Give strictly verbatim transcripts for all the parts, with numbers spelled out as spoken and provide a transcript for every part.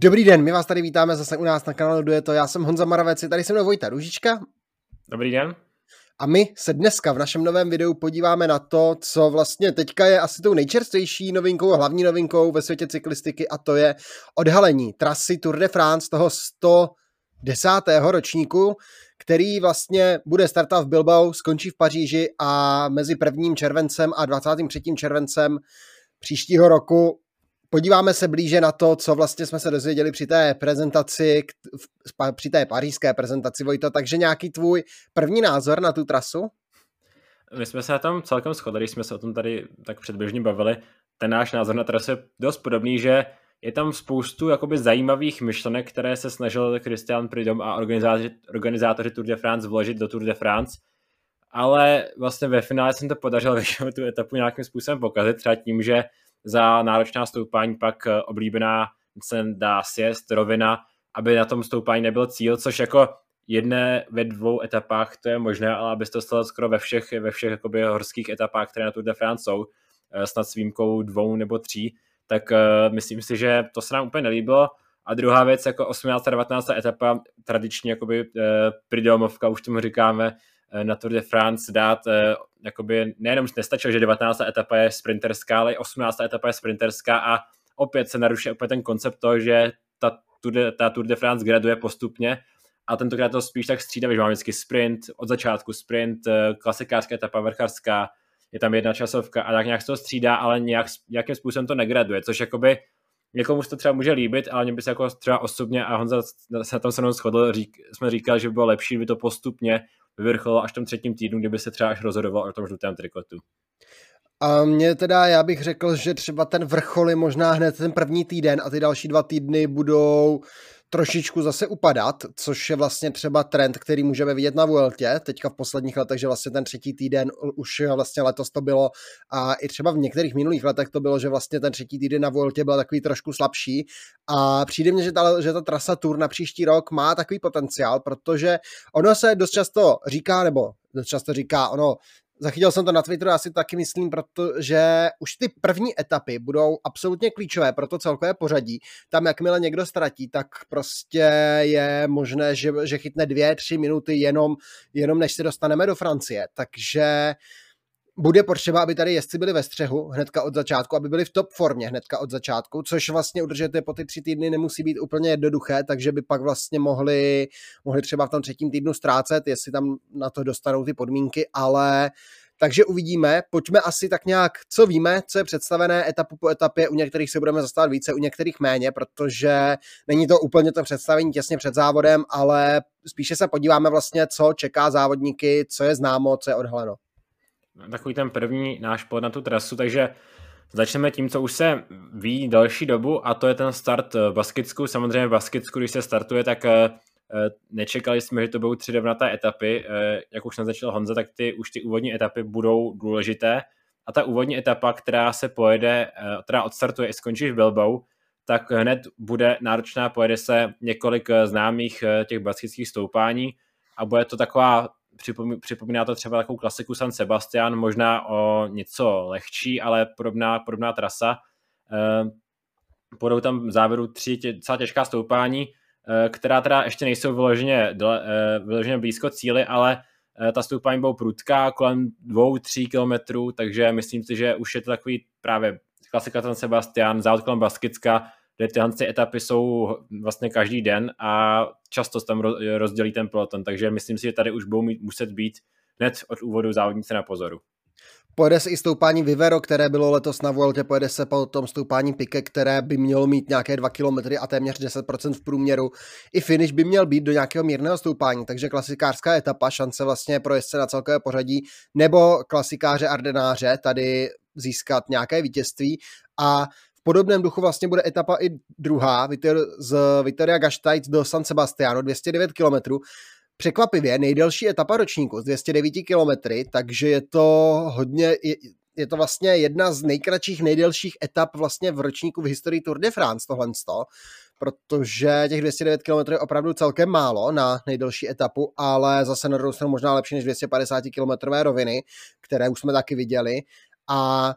Dobrý den, my vás tady vítáme zase u nás na kanálu Dueto. Já jsem Honza Moravec, je tady se mnou Vojta Růžička. Dobrý den. A my se dneska v našem novém videu podíváme na to, co vlastně teďka je asi tou nejčerstvější novinkou, hlavní novinkou ve světě cyklistiky, a to je odhalení trasy Tour de France, toho sto desátého ročníku, který vlastně bude startovat v Bilbao, skončí v Paříži a mezi prvním červencem a dvacátým třetím červencem příštího roku podíváme se blíže na to, co vlastně jsme se dozvěděli při té prezentaci, při té pařížské prezentaci, Vojto, takže nějaký tvůj první názor na tu trasu? My jsme se na tom celkem shodli, když jsme se o tom tady tak předběžně bavili. Ten náš názor na trasu je dost podobný, že je tam spoustu jakoby zajímavých myšlenek, které se snažil Christian Prudhomme a organizátoři, organizátoři Tour de France vložit do Tour de France, ale vlastně ve finále jsem to podařil většinou tu etapu nějakým způsobem pokazit, třeba tím, že za náročná stoupání pak oblíbená se dá sjezd, rovina, aby na tom stoupání nebyl cíl, což jako jedné ve dvou etapách to je možné, ale aby to stalo skoro ve všech, ve všech jakoby horských etapách, které na Tour de France jsou, snad s výjimkou dvou nebo tří, tak uh, myslím si, že to se nám úplně nelíbilo. A druhá věc, jako osmnáctá a devatenáctá etapa, tradičně jakoby uh, Prudhommovka, už tomu říkáme, uh, na Tour de France dát, uh, jakoby nejenom nestačilo, že devatenáctá etapa je sprinterská, ale i osmnáctá etapa je sprinterská a opět se naruší opět ten koncept toho, že ta Tour de, ta Tour de France graduje postupně a tentokrát to spíš tak střídá, že máme vždycky sprint, od začátku sprint, uh, klasikářská etapa, vrchařská, je tam jedna časovka a tak nějak se to střídá, ale nějak, nějakým způsobem to negraduje, což jakoby někomu se to třeba může líbit, ale mě by se jako třeba osobně, a Honza se na tom se mnou shodl, řík, jsme říkali, že by bylo lepší, kdyby to postupně vyvrcholilo až v tom třetím týdnu, kdyby se třeba až rozhodoval o tom žlutém trikotu. A mě teda, já bych řekl, že třeba ten vrchol je možná hned ten první týden a ty další dva týdny budou trošičku zase upadat, což je vlastně třeba trend, který můžeme vidět na Vueltě, teďka v posledních letech, že vlastně ten třetí týden už vlastně letos to bylo a i třeba v některých minulých letech to bylo, že vlastně ten třetí týden na Vueltě byl takový trošku slabší a přijde mně, že ta, že ta trasa Tour na příští rok má takový potenciál, protože ono se dost často říká, nebo dost často říká, ono zachytil jsem to na Twitteru, já si to taky myslím, protože už ty první etapy budou absolutně klíčové pro to celkové pořadí. Tam jakmile někdo ztratí, tak prostě je možné, že, že chytne dvě, tři minuty jenom, jenom než se dostaneme do Francie. Takže bude potřeba, aby tady jezdci byli ve střehu hnedka od začátku, aby byli v top formě hnedka od začátku, což vlastně udržet je po ty tři týdny nemusí být úplně jednoduché, takže by pak vlastně mohli, mohli třeba v tom třetím týdnu ztrácet, jestli tam na to dostanou ty podmínky, ale takže uvidíme. Pojďme asi tak nějak, co víme, co je představené etapu po etapě, u některých se budeme zastávat více, u některých méně, protože není to úplně to představení těsně před závodem, ale spíše se podíváme vlastně, co čeká závodníky, co je známo, co je odhaleno. Takový ten první náš pohled na tu trasu, takže začneme tím, co už se ví další dobu, a to je ten start v Baskicku. Samozřejmě v Baskicku, když se startuje, tak nečekali jsme, že to budou tři devnaté etapy. Jak už naznačil Honza, tak ty už ty úvodní etapy budou důležité. A ta úvodní etapa, která se pojede, která odstartuje i skončí v Bilbao, tak hned bude náročná, pojede se několik známých těch baskických stoupání a bude to taková, připomíná to třeba takovou klasiku San Sebastian, možná o něco lehčí, ale podobná, podobná trasa. Půjdou tam v závěru tři tě, docela těžká stoupání, která teda ještě nejsou vyloženě, vyloženě blízko cíli, ale ta stoupání budou prudká, kolem dvou, tří kilometrů, takže myslím si, že už je to takový právě klasika San Sebastian, závod kolem Baskicka, kde tyhle etapy jsou vlastně každý den a často tam rozdělí ten peloton, takže myslím si, že tady už budou mít, muset být hned od úvodu závodníci na pozoru. Pojede se i stoupání Vivero, které bylo letos na Vueltě, pojede se po tom stoupání Pique, které by mělo mít nějaké dva kilometry a téměř deset procent v průměru. I finish by měl být do nějakého mírného stoupání, takže klasikářská etapa, šance vlastně pro jezdce na celkové pořadí, nebo klasikáře Ardenáře tady získat nějaké vítězství. A v podobném duchu vlastně bude etapa i druhá, z Vitoria Gasteiz do San Sebastiano, dvě stě devět kilometrů. Překvapivě nejdelší etapa ročníku z dvě stě devět kilometrů, takže je to hodně, je, je to vlastně jedna z nejkratších, nejdelších etap vlastně v ročníku v historii Tour de France, tohle sto, protože těch dvě stě devět kilometrů je opravdu celkem málo na nejdelší etapu, ale zase na druhou stranu možná lepší než dvě stě padesát kilometrové roviny, které už jsme taky viděli. A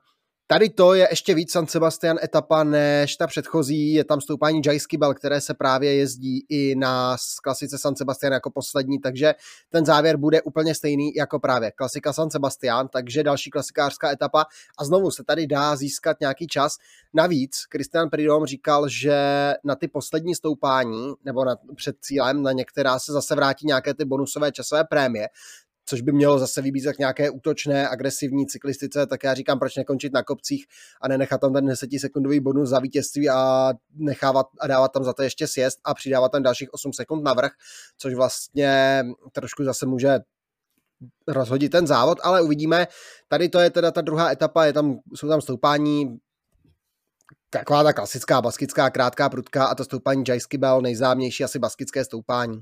Tady to je ještě víc San Sebastian etapa než ta předchozí, je tam stoupání Jaiskibel, které se právě jezdí i na klasice San Sebastian jako poslední, takže ten závěr bude úplně stejný jako právě klasika San Sebastian, takže další klasikářská etapa a znovu se tady dá získat nějaký čas. Navíc Christian Prudhomme říkal, že na ty poslední stoupání nebo na, před cílem, na některá se zase vrátí nějaké ty bonusové časové prémie, což by mělo zase vybízet k nějaké útočné, agresivní cyklistice, tak já říkám, proč nekončit na kopcích a nenechat tam ten desetisekundový bonus za vítězství a nechávat a dávat tam za to ještě sjezd a přidávat tam dalších osm sekund navrch, což vlastně trošku zase může rozhodit ten závod, ale uvidíme. Tady to je teda ta druhá etapa, je tam, jsou tam stoupání, taková ta klasická baskická krátká prudka a to stoupání Jaiskibel, nejznámější asi baskické stoupání.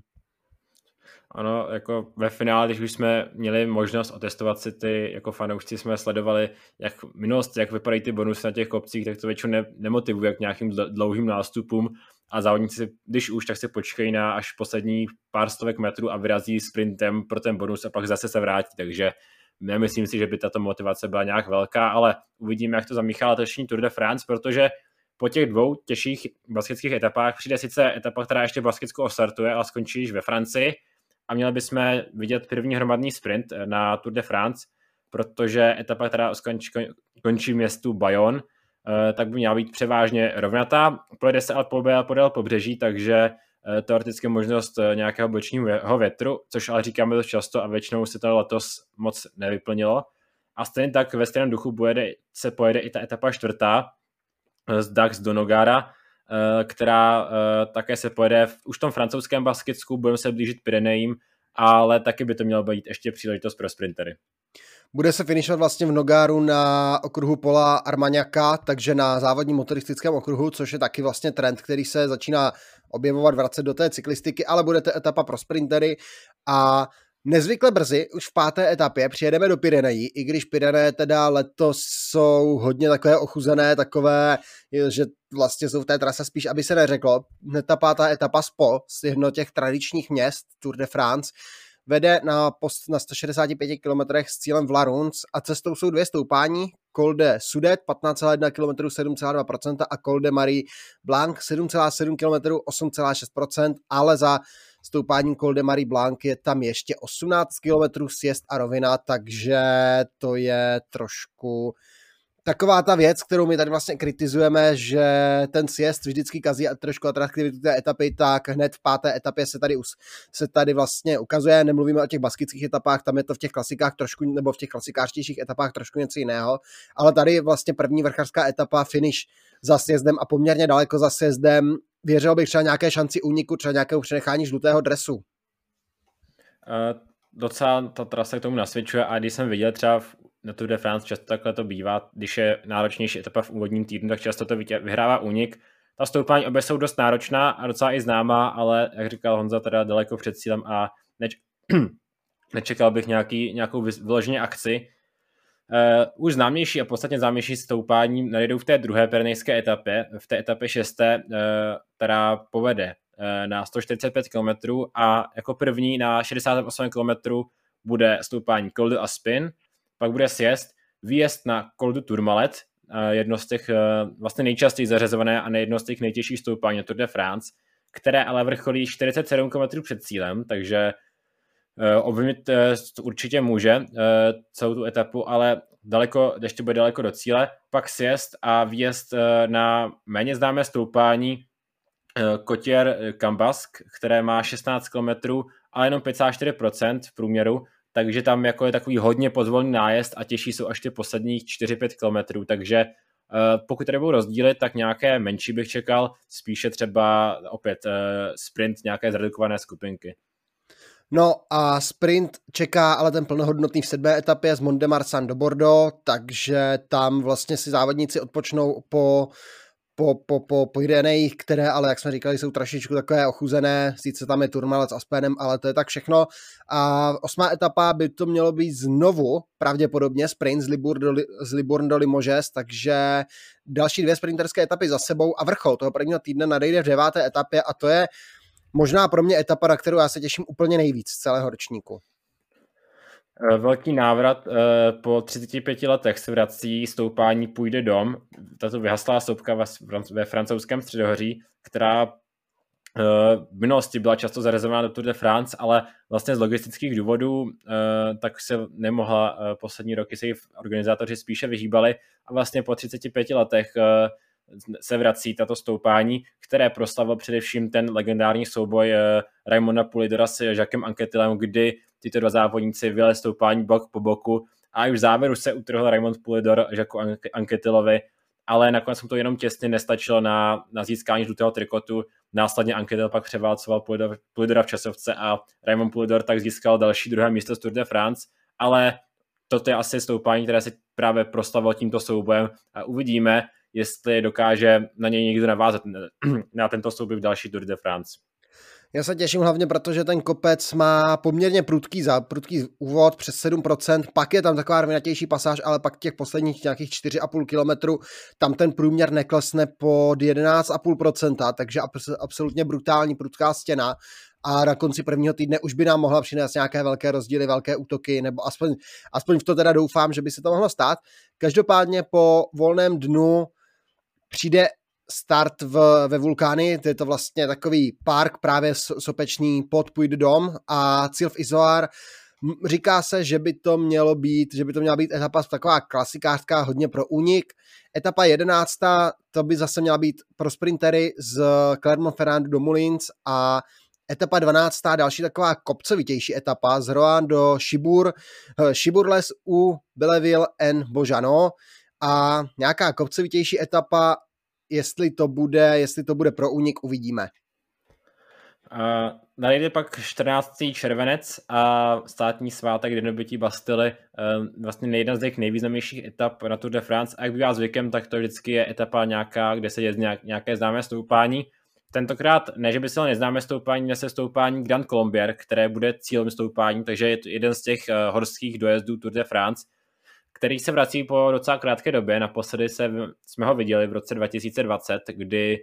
Ano, jako ve finále, když už jsme měli možnost otestovat si ty, jako fanoušci jsme sledovali, jak v minulosti, jak vypadají ty bonusy na těch kopcích, tak to většinou ne, nemotivuje k nějakým dlouhým nástupům a závodníci, když už, tak se počkají na až poslední pár stovek metrů a vyrazí sprintem pro ten bonus a pak zase se vrátí, takže nemyslím si, že by tato motivace byla nějak velká, ale uvidíme, jak to zamíchá letošní Tour de France, protože po těch dvou těžších baskických etapách přijde sice etapa, která ještě baskickou ostartuje, ale skončí již ve Francii, a měli bychom vidět první hromadný sprint na Tour de France, protože etapa, která skončí, končí v městu Bayonne, tak by měla být převážně rovnatá. Pojede se ale podél pobřeží, takže teoreticky možnost nějakého bočního větru, což ale říkáme dost často a většinou se to letos moc nevyplnilo. A stejně tak ve stejném duchu pojede, se pojede i ta etapa čtvrtá z Dax do Nogara, která také se pojede v už tom francouzském Baskicku, budeme se blížit Pyrenejím, ale taky by to mělo být ještě příležitost pro sprintery. Bude se finišovat vlastně v Nogáru na okruhu Pola Armagnaca, takže na závodním motoristickém okruhu, což je taky vlastně trend, který se začíná objevovat, vracet do té cyklistiky, ale bude to etapa pro sprintery a nezvykle brzy, už v páté etapě, přijedeme do Pyrenejí, i když Pyreneje teda letos jsou hodně takové ochuzené, takové, že vlastně jsou v té trase spíš, aby se neřeklo. Ta pátá etapa z Po, z jedno těch tradičních měst Tour de France, vede na, post, na sto šedesát pět kilometrech s cílem v La Runce a cestou jsou dvě stoupání, Col de Sudet patnáct celá jedna kilometru sedm celá dva procenta a Col de Marie Blanc sedm celá sedm kilometru osm celá šest procenta, ale za stoupání Col de Marie Blanc je tam ještě osmnáct kilometrů sjezd a rovina, takže to je trošku taková ta věc, kterou my tady vlastně kritizujeme, že ten sjezd vždycky kazí trošku atraktivitu té etapy, tak hned v páté etapě se tady, se tady vlastně ukazuje, nemluvíme o těch baskických etapách, tam je to v těch klasikách trošku, nebo v těch klasikářtějších etapách trošku něco jiného, ale tady vlastně první vrchařská etapa, finish za sjezdem a poměrně daleko za sjezdem, věřil bych třeba nějaké šanci úniku, třeba nějakého přenechání žlutého dresu. Uh, docela ta trasa k tomu nasvědčuje a když jsem viděl třeba v na Tour de France často takhle to bývá, když je náročnější etapa v úvodním týdnu, tak často to vyhrává únik. Ta stoupání obě jsou dost náročná a docela i známá, ale jak říkal Honza, teda daleko před cílem a neč- nečekal bych nějaký, nějakou vyloženě akci. Uh, už známější a podstatně známější stoupání najdou v té druhé pyrenejské etapě, v té etapě šesté, uh, která povede uh, na sto čtyřicet pět kilometrů a jako první na šedesát osm kilometrů bude stoupání Col de Aspin, pak bude sjezd, výjezd na Col du Tourmalet, jedno z těch vlastně nejčastěji zařazované a jedno z těch nejtěžších stoupání Tour de France, které ale vrcholí čtyřicet sedm kilometrů před cílem, takže ovlivnit určitě může celou tu etapu, ale daleko, ještě bude daleko do cíle. Pak sjezd a výjezd na méně známé stoupání Cotier-Cambasque, které má šestnáct kilometrů, ale jenom pět celá čtyři procenta v průměru, takže tam jako je takový hodně pozvolný nájezd a těžší jsou až ty posledních čtyři pět kilometrů, takže uh, pokud tady budou rozdíly, tak nějaké menší bych čekal, spíše třeba opět uh, sprint nějaké zredukované skupinky. No a sprint čeká ale ten plnohodnotný v sedmé etapě z Mont-de-Marsan do Bordeaux, takže tam vlastně si závodníci odpočnou po po, po, po, po Pyrenejích, které ale, jak jsme říkali, jsou trošičku takové ochuzené, sice tam je Tourmalet s Aspenem, ale to je tak všechno. A osmá etapa by to mělo být znovu pravděpodobně sprint z Libourne do, z Libourne do Limoges, takže další dvě sprinterské etapy za sebou a vrchol toho prvního týdne nadejde v deváté etapě a to je možná pro mě etapa, na kterou já se těším úplně nejvíc z celého ročníku. Velký návrat, po třiceti pěti letech se vrací stoupání Puy de Dôme, tato vyhaslá sopka ve francouzském středohoří, která v minulosti byla často zarezována do Tour de France, ale vlastně z logistických důvodů tak se nemohla, poslední roky se jí organizátoři spíše vyhýbali a vlastně po třiceti pěti letech se vrací tato stoupání, které proslavil především ten legendární souboj Raimonda Poulidora s Jacquem Anquetilem, kdy tyto dva závodníci vyjeli stoupání bok po boku a už v závěru se utrhl Raimond Poulidor Jacques Anquetilovi, ale nakonec mu to jenom těsně nestačilo na, na získání žlutého trikotu. Následně Anquetil pak převálcoval Poulidora v časovce a Raimond Poulidor tak získal další druhé místo z Tour de France, ale toto je asi stoupání, které se právě proslavilo tímto soubojem a uvidíme, jestli dokáže na něj někdo navázat na tento souboj v další Tour de France. Já se těším hlavně, protože ten kopec má poměrně prudký, za, prudký úvod přes sedm procent, pak je tam taková rovnatější pasáž, ale pak těch posledních nějakých čtyři a půl kilometru tam ten průměr neklesne pod jedenáct a půl procenta, takže absolutně brutální prudká stěna a na konci prvního týdne už by nám mohla přinést nějaké velké rozdíly, velké útoky, nebo aspoň, aspoň v to teda doufám, že by se to mohlo stát. Každopádně po volném dnu přijde start v, ve Vulkány, to je to vlastně takový park právě sopečný pod Puy de Dôme a cíl v Izoard. Říká se, že by to mělo být, že by to měla být etapa taková klasikářská, hodně pro únik. Etapa jedenáctá, to by zase měla být pro sprintery z Clermont-Ferrand do Moulins a etapa dvanáctá, další taková kopcovitější etapa z Roanne do Chibour, Chibourles u Belleville en Beaujano a nějaká kopcovitější etapa. Jestli to bude, jestli to bude pro únik, uvidíme. Uh, najde pak čtrnáctého červenec a státní svátek Den dobytí Bastily, uh, vlastně nejjedna z těch nejvýznamnějších etap na Tour de France a jak bývá zvykem, tak to vždycky je etapa nějaká, kde se jezdí nějak, nějaké známé stoupání. Tentokrát ne, že by se neznámé stoupání, nese stoupání Grand Colombier, které bude cílem stoupání, takže je to jeden z těch uh, horských dojezdů Tour de France, který se vrací po docela krátké době. Naposledy se, jsme ho viděli v roce dva tisíce dvacet, kdy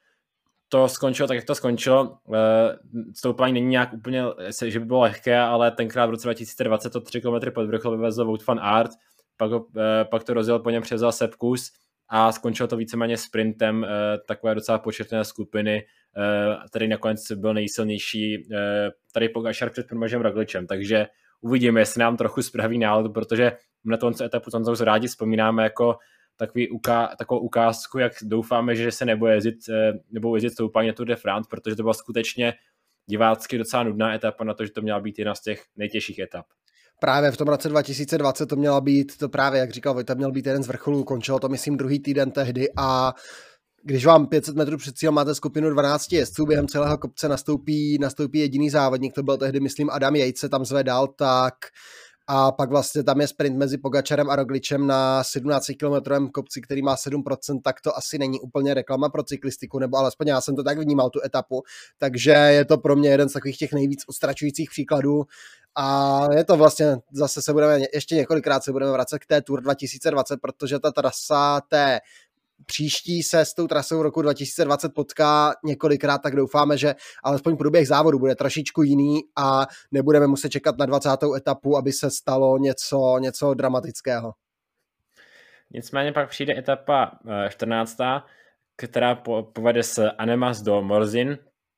to skončilo tak, jak to skončilo. Stoupání není nějak úplně, že by bylo lehké, ale tenkrát v roce dva tisíce dvacet to tři kilometry pod vrchol vyvezl Wout van Aert, pak, ho, pak to rozjel, po něm převzal Sepp Kuss a skončilo to víceméně sprintem takové docela početné skupiny, který nakonec byl nejsilnější tady Pogačar před Primožem Rogličem, takže uvidíme, jestli nám trochu spraví náladu, protože na tomto etapu tam rádi vzpomínáme jako takový uká, takovou ukázku, jak doufáme, že se nebo jezdit, nebo jezdit stoupání na Tour de France, protože to byla skutečně divácky docela nudná etapa na to, že to měla být jedna z těch nejtěžších etap. Právě v tom roce dva tisíce dvacet to měla být, to právě, jak říkal Vojta, měl být jeden z vrcholů, končilo to, myslím, druhý týden tehdy a když vám pět set metrů před cílem máte skupinu dvanácti jezdců, během celého kopce nastoupí, nastoupí jediný závodník, to byl tehdy, myslím, Adam Yates se tam zvedal, tak a pak vlastně tam je sprint mezi Pogačarem a Rogličem na sedmnáctikilometrovém kopci, který má sedm procent, tak to asi není úplně reklama pro cyklistiku, nebo alespoň já jsem to tak vnímal, tu etapu, takže je to pro mě jeden z takových těch nejvíc odstračujících příkladů a je to vlastně, zase se budeme, ještě několikrát se budeme vracet k té Tour dva tisíce dvacet, protože ta trasa té příští se s tou trasou roku dva tisíce dvacet potká několikrát, tak doufáme, že alespoň průběh závodu bude trošičku jiný a nebudeme muset čekat na dvacátou etapu, aby se stalo něco, něco dramatického. Nicméně pak přijde etapa čtrnáctá, která povede z Annemasse do Morzin,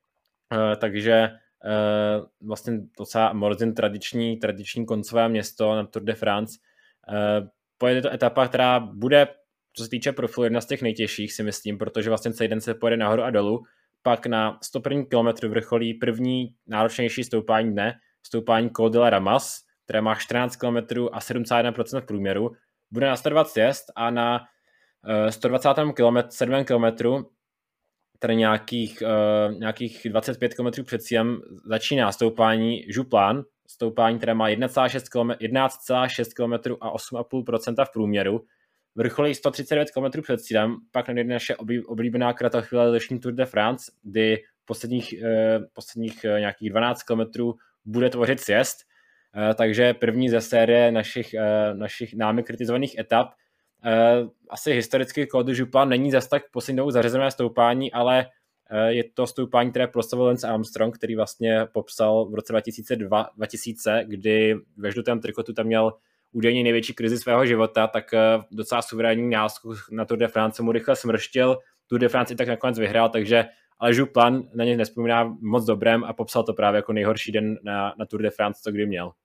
takže vlastně docela Morzin tradiční, tradiční koncové město na Tour de France. Pojede to etapa, která bude, co se týče profilu, jedna z těch nejtěžších, si myslím, protože vlastně celý den se pojede nahoru a dolů. Pak na sto prvním kilometru vrcholí první náročnější stoupání dne, stoupání Col de la Ramas, které má čtrnáct kilometrů a sedm celá jedna procenta v průměru. Bude následovat sjezd a na uh, sto dvacátém sedmém kilometru, tedy nějakých, uh, nějakých dvacet pět kilometrů před cílem, začíná stoupání Jouplan, stoupání, které má jedenáct celá šest kilometrů a osm celá pět procenta v průměru. Vrcholí sto třicet devět kilometrů před cílem, pak nadejde naše oblíbená kratochvíle letošní Tour de France, kdy posledních, eh, posledních eh, nějakých dvanáct kilometrů bude tvořit sjezd, eh, takže první ze série našich, eh, našich námi kritizovaných etap. Eh, asi historicky Col du Jouplan není zas tak poslední dobou zařazené stoupání, ale Je to stoupání, které proslavil Lance Armstrong, který vlastně popsal v roce dva tisíce dva, dva tisíce, kdy ve žlutém trikotu tam měl údajně největší krizi svého života, tak docela suverénní náskok na Tour de France mu rychle smrštil. Tour de France i tak nakonec vyhrál, takže ale Jouplan na ně nespomíná moc dobrém a popsal to právě jako nejhorší den na, na Tour de France, co kdy měl.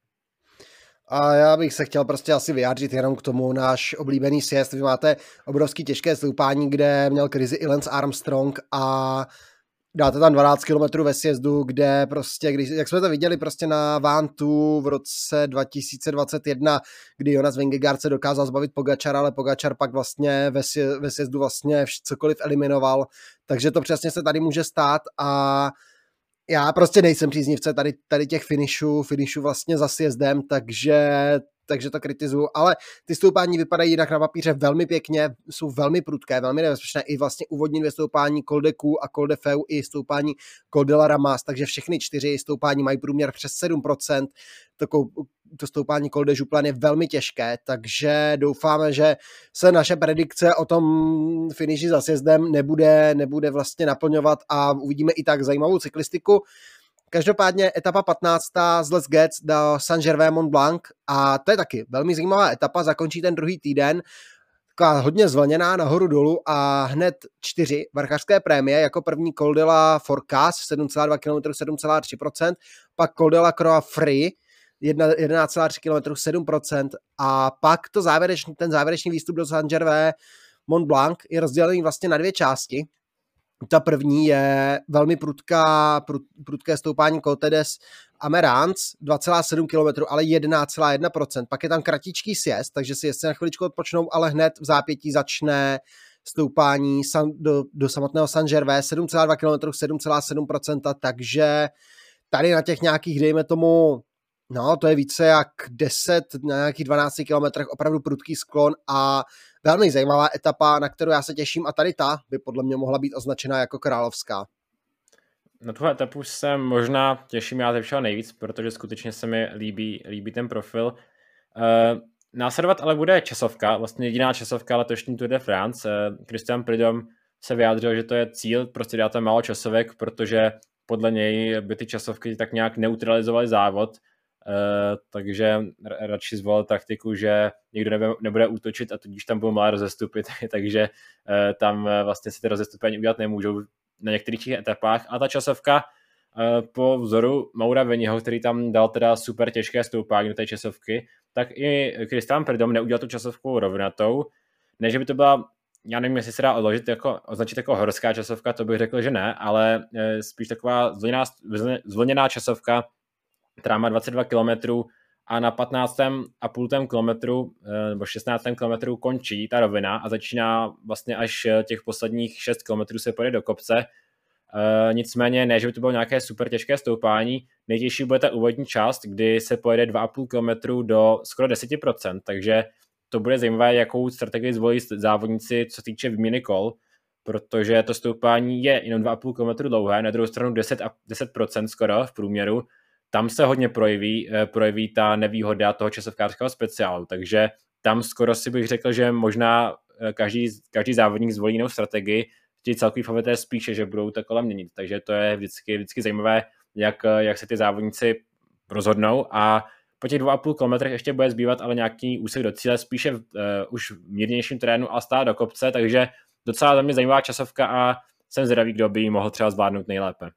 A já bych se chtěl prostě asi vyjádřit jenom k tomu náš oblíbený sjezd. Vy máte obrovský těžké stoupání, kde měl krizi i Lance Armstrong a dáte tam dvanáct kilometrů ve sjezdu, kde prostě, když, jak jsme to viděli prostě na Vantu v roce dva tisíce dvacet jedna, kdy Jonas Vingegaard se dokázal zbavit Pogačara, ale Pogačar pak vlastně ve, sje, ve sjezdu vlastně cokoliv eliminoval, takže to přesně se tady může stát a já prostě nejsem příznivce tady, tady těch finishů, finishů vlastně za sjezdem, takže, takže to kritizuju, ale ty stoupání vypadají jinak na papíře velmi pěkně, jsou velmi prudké, velmi nebezpečné, i vlastně úvodní dvě stoupání Col de Cou a Col de Feu i stoupání Col de la Ramas, takže všechny čtyři stoupání mají průměr přes sedm procent, to, to stoupání Col de Jouplan je velmi těžké, takže doufáme, že se naše predikce o tom finiši za sjezdem nebude, nebude vlastně naplňovat a uvidíme i tak zajímavou cyklistiku. Každopádně etapa patnáctá z Les Gets do Saint-Gervais Mont Blanc a to je taky velmi zajímavá etapa, zakončí ten druhý týden, taková hodně zvlněná nahoru dolů a hned čtyři vrchařské prémie, jako první Col de la Fourcasse sedm celá dva kilometru sedm celá tři procenta, pak Col de la Croix Free jedenáct celá tři kilometru sedm procent a pak to závěrečný, ten závěrečný výstup do Saint-Gervais Mont Blanc je rozdělený vlastně na dvě části. Ta první je velmi prudká, prud, prudké stoupání Côte des Amarants, dva celá sedm kilometru, ale jedenáct celá jedna procenta. Pak je tam kratičký sjezd, takže si jestli na chviličku odpočnou, ale hned v zápětí začne stoupání do, do samotného Saint-Gervais, sedm celá dva kilometru, sedm celá sedm procenta, takže tady na těch nějakých, dejme tomu, no to je více jak deset, na nějakých dvanácti kilometrech opravdu prudký sklon a velmi zajímavá etapa, na kterou já se těším a tady ta by podle mě mohla být označena jako královská. Na tuhle etapu se možná těším já ze všeho nejvíc, protože skutečně se mi líbí, líbí ten profil. Uh, následovat ale bude časovka, vlastně jediná časovka letošní Tour de France. Uh, Christian Prudhomme se vyjádřil, že to je cíl, prostě dát tam málo časovek, protože podle něj by ty časovky tak nějak neutralizovaly závod. Uh, takže radši zvolil taktiku, že nikdo nebude, nebude útočit a tudíž tam budou malé rozestupy, takže uh, tam uh, vlastně si ty rozestupy ani udělat nemůžou na některých etapách. A ta časovka uh, po vzoru Maura Veniho, který tam dal teda super těžké stoupání do té časovky, tak i Christian Prudhomme neudělal tu časovku rovnatou. Ne, že by to byla, já nevím, jestli se dá odložit jako, označit jako horská časovka, to bych řekl, že ne, ale uh, spíš taková zvlněná, zvlněná časovka, která má dvacet dva kilometrů a na patnáctém a půl kilometru nebo šestnáctém kilometru končí ta rovina a začíná vlastně až těch posledních šest kilometrů se pojede do kopce. E, nicméně ne, že by to bylo nějaké super těžké stoupání. Nejtěžší bude ta úvodní část, kdy se pojede dva a půl kilometru do skoro deset procent, takže to bude zajímavé, jakou strategii zvolí závodníci, co týče výměny kol, protože to stoupání je jenom dva a půl kilometru dlouhé, na druhou stranu deset procent skoro v průměru. Tam se hodně projeví, projeví ta nevýhoda toho časovkářského speciálu, takže tam skoro si bych řekl, že možná každý, každý závodník zvolí jinou strategii, ti celkový favorité spíše, že budou to kolem měnit, takže to je vždycky, vždycky zajímavé, jak, jak se ty závodníci rozhodnou a po těch dvou a půl kilometrech ještě bude zbývat ale nějaký úsek do cíle, spíše uh, už v mírnějším terénu a stát do kopce, takže docela za mě zajímavá časovka a jsem zvědavý, kdo by ji mohl třeba zvládnout nejlépe.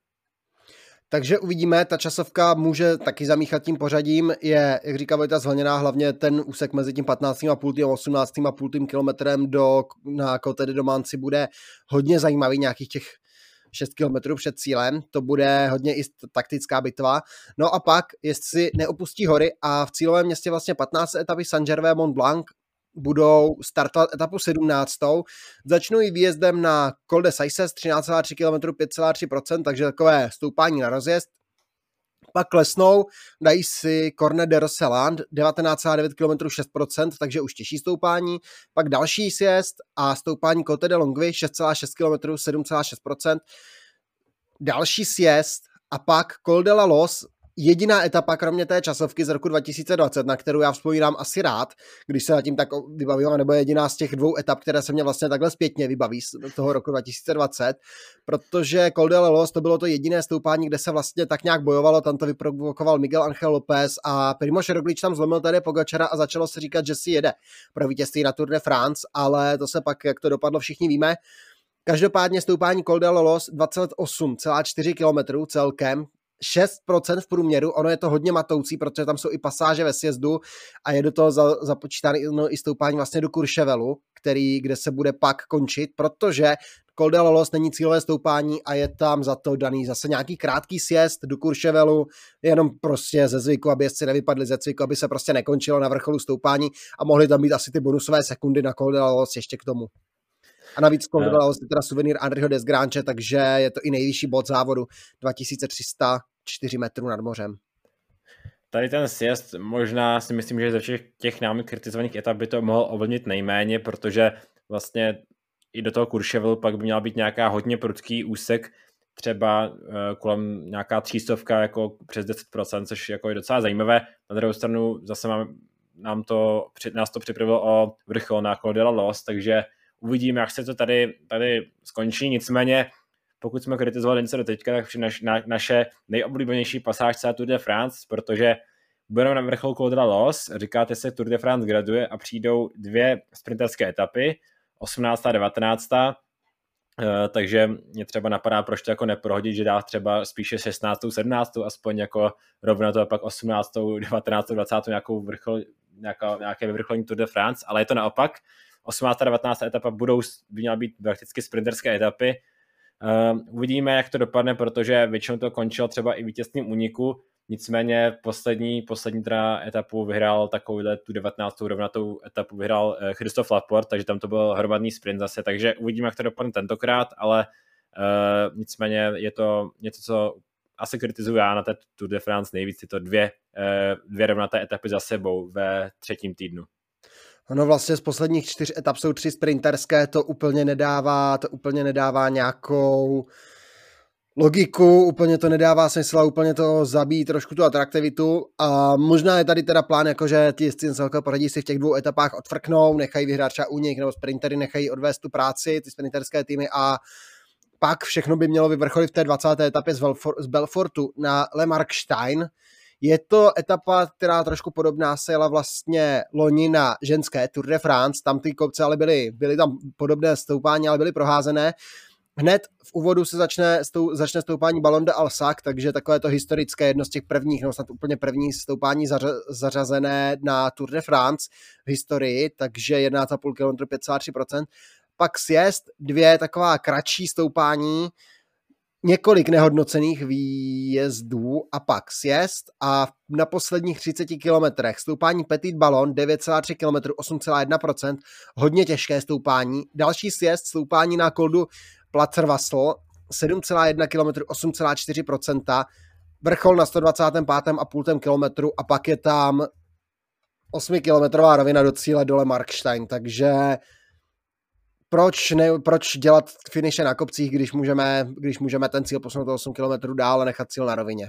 Takže uvidíme, ta časovka může taky zamíchat tím pořadím, je, jak říká Vojta, zvlněná hlavně ten úsek mezi tím patnáctým a půl, osmnáctým a půl kilometrem do, na Côte de Domanci bude hodně zajímavý, nějakých těch šest kilometrů před cílem, to bude hodně i taktická bitva. No a pak, jestli neopustí hory a v cílovém městě vlastně patnáct etapy Saint-Gervais Mont Blanc budou startovat etapu sedmnáctou. Začnou i výjezdem na Col de Saisses třináct celá tři kilometru, pět celá tři procenta, takže takové stoupání na rozjezd. Pak klesnou, dají si Cornet de Rosselland devatenáct celá devět kilometru, šest procent, takže už těžší stoupání. Pak další sjezd a stoupání Côte de Longwy šest celá šest kilometru, sedm celá šest procent. Další sjezd a pak Col de la Loze jediná etapa, kromě té časovky z roku dva tisíce dvacet, na kterou já vzpomínám asi rád, když se na tím tak vybavím, nebo jediná z těch dvou etap, které se mě vlastně takhle zpětně vybaví z toho roku dva tisíce dvacet, protože Col de Los to bylo to jediné stoupání, kde se vlastně tak nějak bojovalo, tam to vyprovokoval Miguel Angel López a Primož Roglič tam zlomil tady Pogačara a začalo se říkat, že si jede pro vítězství na Tour de France, ale to se pak, jak to dopadlo, všichni víme. Každopádně stoupání Col de Los dvacet osm celá čtyři kilometru celkem, šest procent v průměru, ono je to hodně matoucí, protože tam jsou i pasáže ve sjezdu a je do toho za, započítáno no, i stoupání vlastně do Courchevelu, který, kde se bude pak končit, protože Col de Los není cílové stoupání a je tam za to daný zase nějaký krátký sjezd do Courchevelu, jenom prostě ze zvyku, aby jezdci nevypadli ze cviku, aby se prostě nekončilo na vrcholu stoupání a mohly tam být asi ty bonusové sekundy na Col de Los ještě k tomu. A navíc Col de Los je teda suvenýr Andryho Desgrange, takže je to i nejvyšší bod závodu dva tisíce tři sta čtyři metrů nad mořem. Tady ten sjezd možná si myslím, že ze všech těch námi kritizovaných etap by to mohl ovlivnit nejméně, protože vlastně i do toho Courchevelu pak by měla být nějaká hodně prudký úsek, třeba uh, kolem nějaká třístovka jako přes deset procent, což jako je docela zajímavé. Na druhou stranu zase mám, nám to, nás to připravilo o vrchol na Col de Los, takže uvidíme, jak se to tady, tady skončí. Nicméně, pokud jsme kritizovali něco do teďka, tak naš, na, naše nejoblíbenější pasáž celé Tour de France, protože budeme na vrcholu Col de Los, říkáte se, Tour de France graduje a přijdou dvě sprinterské etapy, osmnáctá a devatenáctá Uh, takže mě třeba napadá, proč to jako neprohodit, že dá třeba spíše šestnáctou sedmnáctou aspoň jako rovna to a pak osmnáctou devatenáctou dvacátou nějakou vrchol, nějaká, nějaké vyvrcholení Tour de France, ale je to naopak. osmnáctá a devatenáctá etapa budou, by měla být prakticky sprinterské etapy. Uh, uvidíme, jak to dopadne, protože většinou to končilo třeba i vítězným úniku, nicméně poslední, poslední teda etapu vyhrál takovouhle tu devatenáctou rovnatou etapu vyhrál uh, Christophe Laporte, takže tam to byl hromadný sprint zase, takže uvidíme, jak to dopadne tentokrát, ale uh, nicméně je to něco, co asi kritizuju já na té Tour de France nejvíc, tyto dvě, uh, dvě rovnaté etapy za sebou ve třetím týdnu. Ono vlastně z posledních čtyř etap jsou tři sprinterské, to úplně nedává, to úplně nedává nějakou logiku, úplně to nedává smysl a úplně to zabíjí trošku tu atraktivitu a možná je tady teda plán, jakože ti jezdci celkově poradí si v těch dvou etapách odfrknou, nechají vyhrát třeba únik nebo sprintery nechají odvést tu práci, ty sprinterské týmy a pak všechno by mělo vyvrcholit v té dvacáté etapě z, Belfor- z Belfortu na Le Markstein. Je to etapa, která trošku podobná se jela vlastně loni na ženské Tour de France, tam ty kopce ale byly, byly tam podobné stoupání, ale byly proházené. Hned v úvodu se začne, stou, začne stoupání Ballon de Alsac, takže takové to historické, jedno z těch prvních, no snad úplně první stoupání zařa, zařazené na Tour de France v historii, takže jedenáct celá pět kilometru, pět celá tři procenta. Pak sjezd, dvě taková kratší stoupání, několik nehodnocených výjezdů a pak sjezd a na posledních třiceti kilometrech stoupání Petit Ballon devět celá tři kilometru, osm celá jedna procenta, hodně těžké stoupání. Další sjezd, stoupání na Koldu Placervasl, sedm celá jedna kilometru, osm celá čtyři procenta, vrchol na sto dvacet pět celá pět kilometru a pak je tam osmikilometrová rovina do cíle dole Markstein, takže Proč, ne, proč dělat finiše na kopcích, když můžeme, když můžeme ten cíl posunout osm kilometrů dál a nechat cíl na rovině?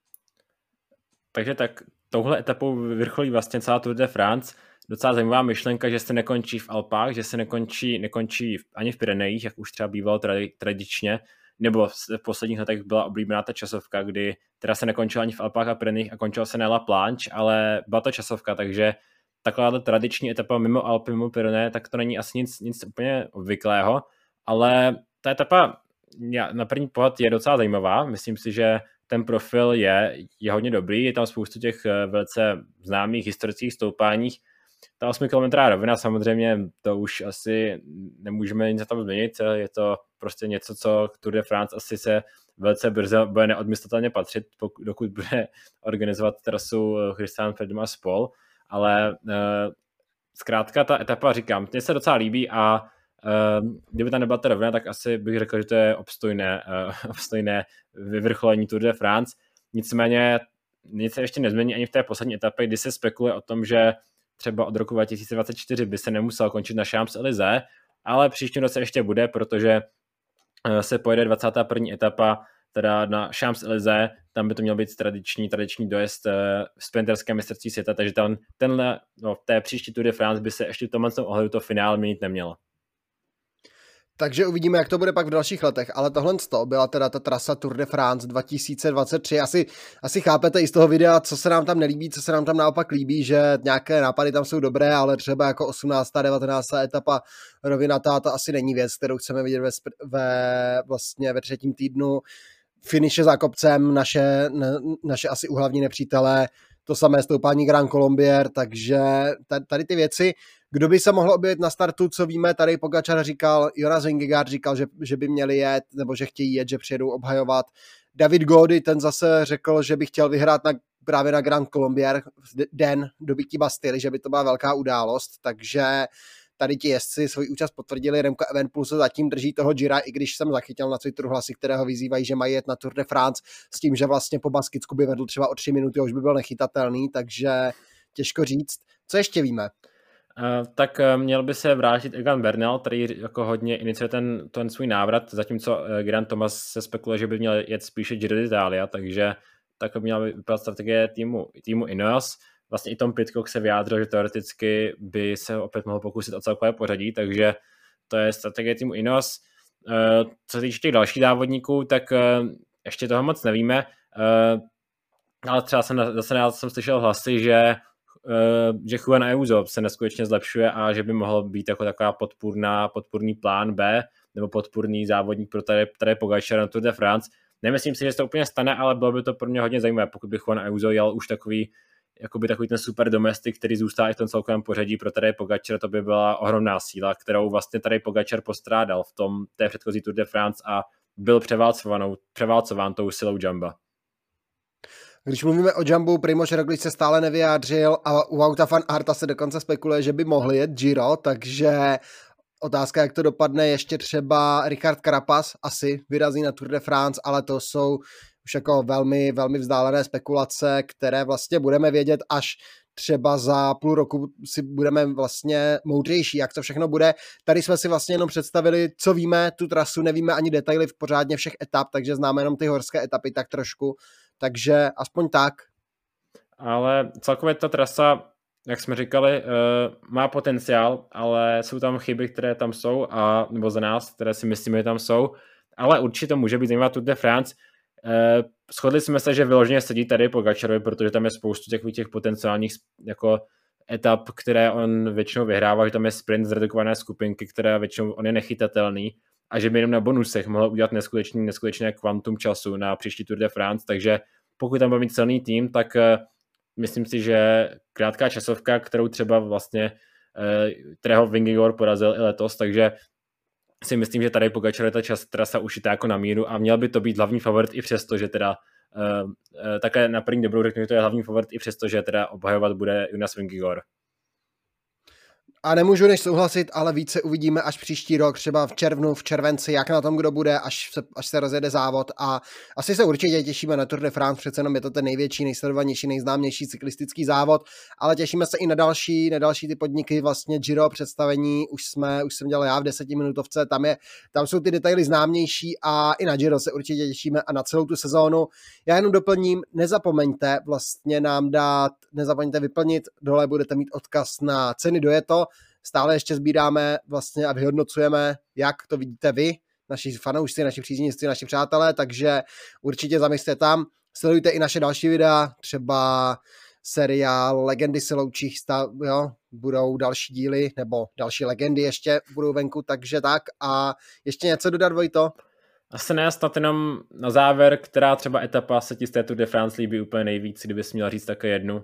Takže tak touhle etapou vrcholí vlastně celá Tour de France. Docela zajímavá myšlenka, že se nekončí v Alpách, že se nekončí, nekončí ani v Pyrenejích, jak už třeba bývalo tradi- tradičně, nebo v posledních letech byla oblíbená ta časovka, kdy teda se nekončila ani v Alpách a Pyrenejích a končila se na La Planche, ale byla to časovka, takže taková tradiční etapa mimo Alpy, mimo Pyreneje, tak to není asi nic, nic úplně obvyklého, ale ta etapa na první pohled je docela zajímavá. Myslím si, že ten profil je, je hodně dobrý, je tam spoustu těch velice známých historických stoupáních. Ta osmikilometrová rovina samozřejmě to už asi nemůžeme nic tam změnit, je to prostě něco, co Tour de France asi se velice brzy bude neodmyslitelně patřit, pokud, dokud bude organizovat trasu Christian Prudhomme a spol. Ale uh, zkrátka ta etapa, říkám, mně se docela líbí a uh, kdyby tam nebyla ta rovina, tak asi bych řekl, že to je obstojné, uh, obstojné vyvrcholení Tour de France. Nicméně nic se ještě nezmění ani v té poslední etapě, kdy se spekuluje o tom, že třeba od roku dva tisíce dvacet čtyři by se nemusel končit na Champs-Élysées, ale příští roce ještě bude, protože uh, se pojede dvacátá první etapa teda na Champs-Élysées, tam by to měl být tradiční, tradiční dojezd uh, sprinterské mistrovství světa, takže ten, tenhle, no, v té příští Tour de France by se ještě v tomhle ohledu to finále měnit nemělo. Takže uvidíme, jak to bude pak v dalších letech, ale tohle byla teda ta trasa Tour de France dva tisíce dvacet tři. Asi, asi chápete i z toho videa, co se nám tam nelíbí, co se nám tam naopak líbí, že nějaké nápady tam jsou dobré, ale třeba jako osmnáctá devatenáctá etapa rovinatá, to asi není věc, kterou chceme vidět ve, ve, vlastně ve třetím týdnu. Finiše za kopcem, naše, naše asi uhlavní nepřítelé, to samé stoupání Grand Colombier, takže tady ty věci. Kdo by se mohl objevit na startu, co víme, tady Pogačar říkal, Jonas Vingegaard říkal, že, že by měli jet, nebo že chtějí jet, že přijedou obhajovat. David Gody, ten zase řekl, že by chtěl vyhrát na, právě na Grand Colombier den dobytí Bastily, že by to byla velká událost, takže tady ti jezdci svoji účast potvrdili. Remco Evenepoel se zatím drží toho Gira, i když jsem zachytil na Twitteru hlasy, které ho vyzývají, že mají jet na Tour de France s tím, že vlastně po Baskicku by vedl třeba o tři minuty, už by byl nechytatelný, takže těžko říct. Co ještě víme? Uh, tak uh, měl by se vrátit Egan Bernal, který jako hodně iniciuje ten, ten svůj návrat, zatímco uh, Geraint Thomas se spekuluje, že by měl jet spíše Giro d'Italia, takže tak by měla vypadat strategie týmu, týmu Ineos. Vlastně i Tom Pidcock se vyjádřil, že teoreticky by se opět mohl pokusit o celkové pořadí, takže to je strategie týmu Ineos. Uh, co se týče těch dalších závodníků, tak uh, ještě toho moc nevíme, uh, ale třeba jsem, zase já jsem slyšel hlasy, že Uh, že Juan Ayuso se neskutečně zlepšuje a že by mohl být jako taková podpůrná, podpůrný plán B nebo podpůrný závodník pro tady, tady Pogačar na Tour de France. Nemyslím si, že se to úplně stane, ale bylo by to pro mě hodně zajímavé, pokud by Juan Ayuso jel už takový, jakoby takový ten super domestik, který zůstá i v tom celkovém pořadí pro tady Pogačar, to by byla ohromná síla, kterou vlastně tady Pogačar postrádal v tom té předchozí Tour de France a byl převálcován tou silou Jamba. Když mluvíme o Jumbu, Primož Roglič se stále nevyjádřil a u Wouta van Aerta se dokonce spekuluje, že by mohli jet Giro, takže otázka, jak to dopadne, ještě třeba Richard Carapaz asi vyrazí na Tour de France, ale to jsou už jako velmi, velmi vzdálené spekulace, které vlastně budeme vědět až třeba za půl roku si budeme vlastně moudřejší, jak to všechno bude. Tady jsme si vlastně jenom představili, co víme, tu trasu, nevíme ani detaily v pořádně všech etap, takže známe jenom ty horské etapy tak trošku, takže aspoň tak. Ale celkově ta trasa, jak jsme říkali, má potenciál, ale jsou tam chyby, které tam jsou, a, nebo za nás, které si myslíme, že tam jsou, ale určitě to může být zajímavá Tour de France. Shodli jsme se, že vyloženě sedí tady Pogačarovi, protože tam je spoustu těch, těch potenciálních jako etap, které on většinou vyhrává, že tam je sprint z redukované skupinky, které většinou on je nechytatelný a že by jenom na bonusech mohl udělat neskutečný, neskutečné kvantum času na příští Tour de France, takže pokud tam bude mít silný tým, tak uh, myslím si, že krátká časovka, kterou třeba vlastně uh, kterého Vingegaard porazil i letos, takže si myslím, že tady Pogačar je ta čas trasa ušitá jako na míru a měl by to být hlavní favorit i přesto, že teda uh, uh, také na první dobrou řeknu, že to je hlavní favorit i přesto, že teda obhajovat bude Jonas Vingegaard. A nemůžu než souhlasit, ale více uvidíme až příští rok, třeba v červnu, v červenci, jak na tom kdo bude, až se, až se rozjede závod. A asi se určitě těšíme na Tour de France, přece jenom je to ten největší, nejsledovanější, nejznámější cyklistický závod, ale těšíme se i na další, na další ty podniky, vlastně Giro představení, už jsme, už jsem dělal já v desetiminutovce, tam, je, tam jsou ty detaily známější a i na Giro se určitě těšíme a na celou tu sezónu. Já jenom doplním, nezapomeňte vlastně nám dát, nezapomeňte vyplnit, dole budete mít odkaz na ceny dojeto. Stále ještě sbíráme vlastně a vyhodnocujeme, jak to vidíte vy, naši fanoušci, naši příznivci, naši přátelé, takže určitě zamyslete tam. Sledujte i naše další videa, třeba seriál Legendy se loučí, jo, budou další díly, nebo další legendy ještě budou venku, takže tak. A ještě něco dodat, Vojto? Asi ne, snad jenom na závěr, která třeba etapa se ti z té Tour de France líbí úplně nejvíc, kdybys měla říct také jednu.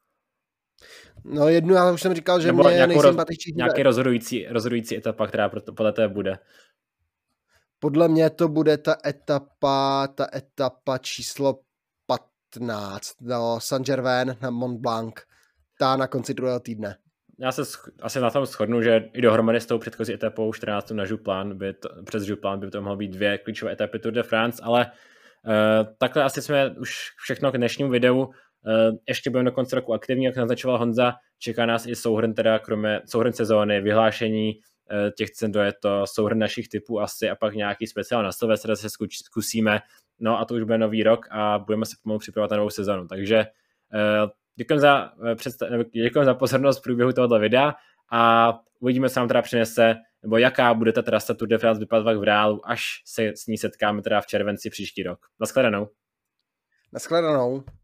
No jednu, já už jsem říkal, že nebo mě nejsympatičnější. Nějaký rozhodující, rozhodující etapa, která podle té bude. Podle mě to bude ta etapa, ta etapa číslo patnáct do Saint-Germain na Mont Blanc, ta na konci druhého týdne. Já se sch- asi na tom shodnu, že i dohromady s tou předchozí etapou čtrnáctou na Jouplan, by to, přes Jouplan by to mohlo být dvě klíčové etapy Tour de France, ale uh, takhle asi jsme už všechno k dnešnímu videu. Uh, ještě budeme do konce roku aktivní, jak naznačoval Honza, čeká nás i souhrn, teda kromě souhrn sezóny, vyhlášení uh, těch cen dojeto, souhrn našich typů asi a pak nějaký speciál na Silvestra se zkusíme, no a to už bude nový rok a budeme se pomalu připravovat na novou sezonu. Takže děkuji za, děkuji za pozornost v průběhu tohoto videa a uvidíme, co nám teda přinese, nebo jaká bude ta trasa Tour de France vypadat v reálu, až se s ní setkáme teda v červenci příští rok. Naschledanou. Naschledanou.